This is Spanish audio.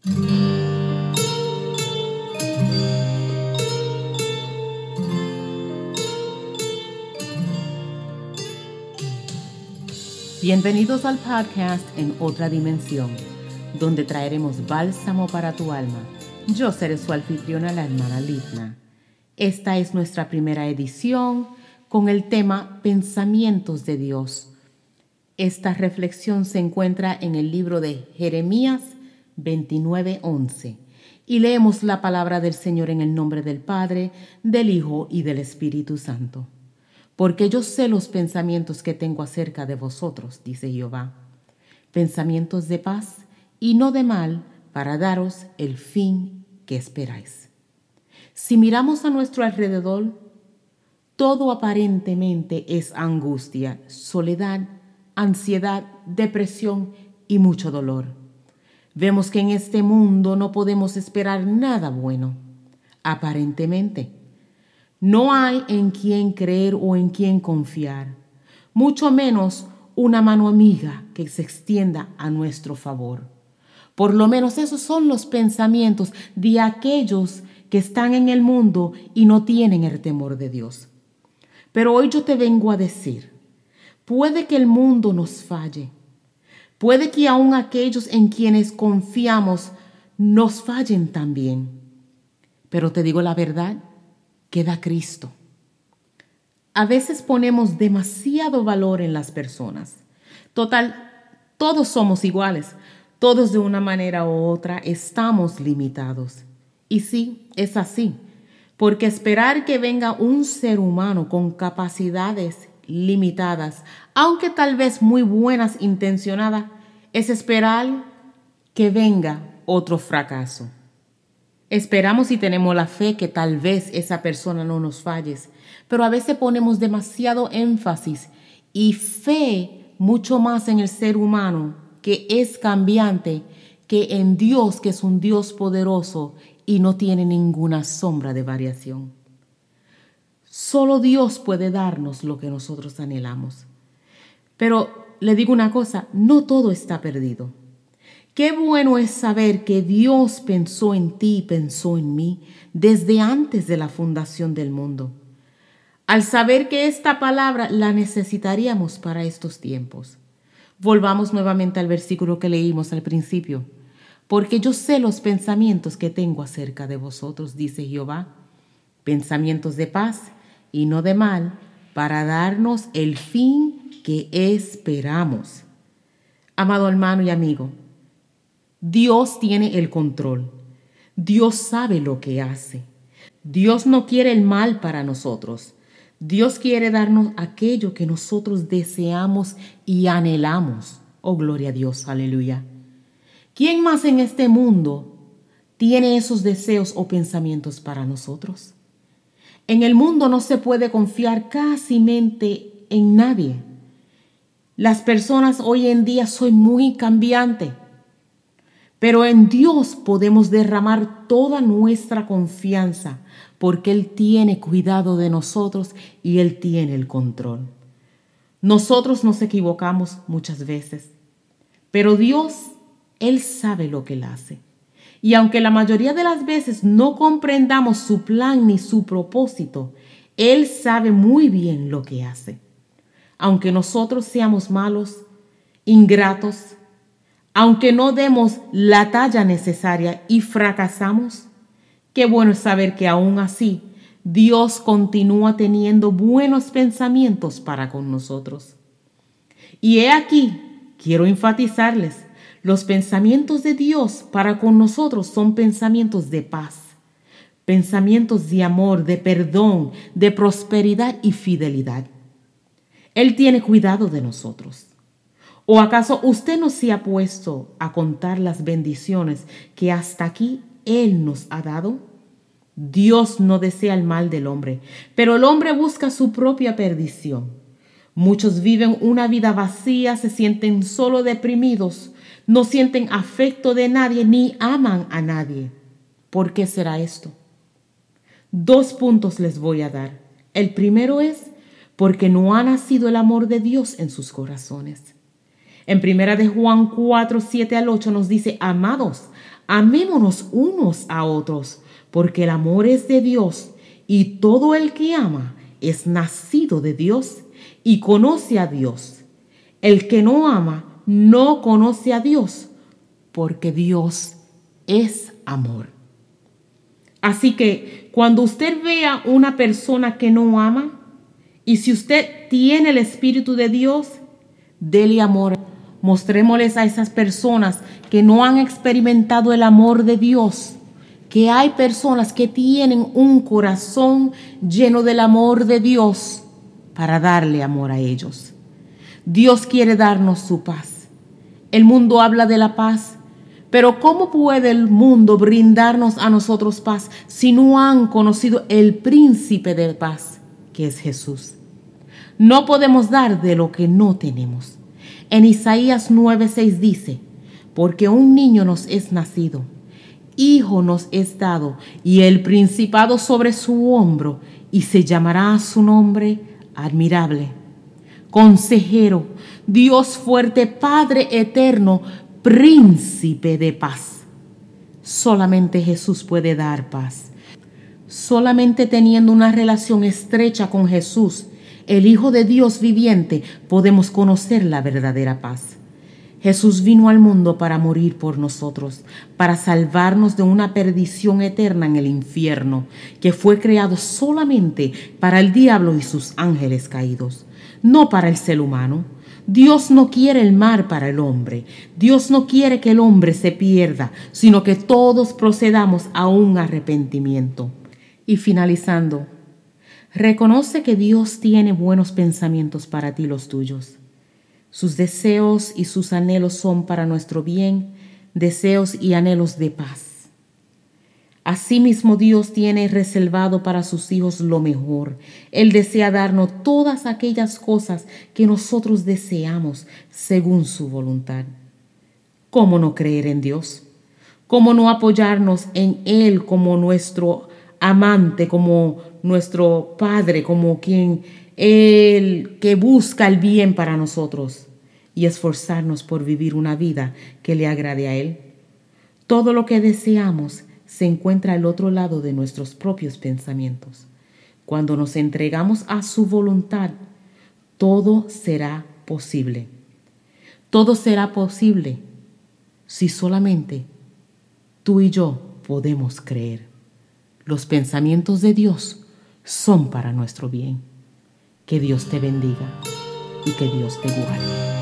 Bienvenidos al podcast En Otra Dimensión, donde traeremos bálsamo para tu alma. Yo seré su anfitriona, la hermana Lidna. Esta es nuestra primera edición con el tema Pensamientos de Dios. Esta reflexión se encuentra en el libro de Jeremías 29:11 y leemos la palabra del Señor en el nombre del Padre, del Hijo y del Espíritu Santo. Porque yo sé los pensamientos que tengo acerca de vosotros, dice Jehová, pensamientos de paz y no de mal, para daros el fin que esperáis. Si miramos a nuestro alrededor, todo aparentemente es angustia, soledad, ansiedad, depresión y mucho dolor. Vemos que en este mundo no podemos esperar nada bueno, aparentemente. No hay en quién creer o en quién confiar, mucho menos una mano amiga que se extienda a nuestro favor. Por lo menos esos son los pensamientos de aquellos que están en el mundo y no tienen el temor de Dios. Pero hoy yo te vengo a decir, puede que el mundo nos falle, puede que aún aquellos en quienes confiamos nos fallen también. Pero te digo la verdad, queda Cristo. A veces ponemos demasiado valor en las personas. Total, todos somos iguales. Todos de una manera u otra estamos limitados. Y sí, es así. Porque esperar que venga un ser humano con capacidades limitadas, aunque tal vez muy buenas intencionadas, es esperar que venga otro fracaso. Esperamos y tenemos la fe que tal vez esa persona no nos falle, pero a veces ponemos demasiado énfasis y fe mucho más en el ser humano, que es cambiante, que en Dios, que es un Dios poderoso y no tiene ninguna sombra de variación. Solo Dios puede darnos lo que nosotros anhelamos. Pero le digo una cosa, no todo está perdido. Qué bueno es saber que Dios pensó en ti y pensó en mí desde antes de la fundación del mundo. Al saber que esta palabra la necesitaríamos para estos tiempos. Volvamos nuevamente al versículo que leímos al principio. Porque yo sé los pensamientos que tengo acerca de vosotros, dice Jehová, pensamientos de paz y no de mal, para darnos el fin que esperamos. Amado hermano y amigo, Dios tiene el control. Dios sabe lo que hace. Dios no quiere el mal para nosotros. Dios quiere darnos aquello que nosotros deseamos y anhelamos. Oh, gloria a Dios, aleluya. ¿Quién más en este mundo tiene esos deseos o pensamientos para nosotros? En el mundo no se puede confiar casi en nadie. Las personas hoy en día son muy cambiantes. Pero en Dios podemos derramar toda nuestra confianza porque Él tiene cuidado de nosotros y Él tiene el control. Nosotros nos equivocamos muchas veces, pero Dios, Él sabe lo que Él hace. Y aunque la mayoría de las veces no comprendamos su plan ni su propósito, Él sabe muy bien lo que hace. Aunque nosotros seamos malos, ingratos, aunque no demos la talla necesaria y fracasamos, qué bueno es saber que aún así Dios continúa teniendo buenos pensamientos para con nosotros. Y he aquí, quiero enfatizarles, los pensamientos de Dios para con nosotros son pensamientos de paz, pensamientos de amor, de perdón, de prosperidad y fidelidad. Él tiene cuidado de nosotros. ¿O acaso usted no se ha puesto a contar las bendiciones que hasta aquí Él nos ha dado? Dios no desea el mal del hombre, pero el hombre busca su propia perdición. Muchos viven una vida vacía, se sienten solo deprimidos, no sienten afecto de nadie ni aman a nadie. ¿Por qué será esto? 2 puntos les voy a dar. El primero es porque no ha nacido el amor de Dios en sus corazones. En 1 de Juan 4, 7 al 8 nos dice: amados, Amémonos unos a otros, porque el amor es de Dios, y todo el que ama es nacido de Dios y conoce a Dios. El que no ama no conoce a Dios, porque Dios es amor. Así que cuando usted vea una persona que no ama, y si usted tiene el Espíritu de Dios, dele amor. Mostrémosles a esas personas que no han experimentado el amor de Dios, que hay personas que tienen un corazón lleno del amor de Dios para darle amor a ellos. Dios quiere darnos su paz. El mundo habla de la paz, pero ¿cómo puede el mundo brindarnos a nosotros paz si no han conocido el príncipe de paz, que es Jesús? No podemos dar de lo que no tenemos. En Isaías 9:6 dice: porque un niño nos es nacido, hijo nos es dado, y el principado sobre su hombro, y se llamará su nombre admirable, consejero, Dios fuerte, Padre eterno, príncipe de paz. Solamente Jesús puede dar paz. Solamente teniendo una relación estrecha con Jesús, el Hijo de Dios viviente, podemos conocer la verdadera paz. Jesús vino al mundo para morir por nosotros, para salvarnos de una perdición eterna en el infierno, que fue creado solamente para el diablo y sus ángeles caídos, no para el ser humano. Dios no quiere el mal para el hombre. Dios no quiere que el hombre se pierda, sino que todos procedamos a un arrepentimiento. Y finalizando, reconoce que Dios tiene buenos pensamientos para ti, los tuyos. Sus deseos y sus anhelos son para nuestro bien, deseos y anhelos de paz. Asimismo, Dios tiene reservado para sus hijos lo mejor. Él desea darnos todas aquellas cosas que nosotros deseamos según su voluntad. ¿Cómo no creer en Dios? ¿Cómo no apoyarnos en Él como nuestro amante, como nuestro Padre, como quien Él que busca el bien para nosotros, y esforzarnos por vivir una vida que le agrade a Él? Todo lo que deseamos se encuentra al otro lado de nuestros propios pensamientos. Cuando nos entregamos a su voluntad, todo será posible. Todo será posible si solamente tú y yo podemos creer. Los pensamientos de Dios son para nuestro bien. Que Dios te bendiga y que Dios te guarde.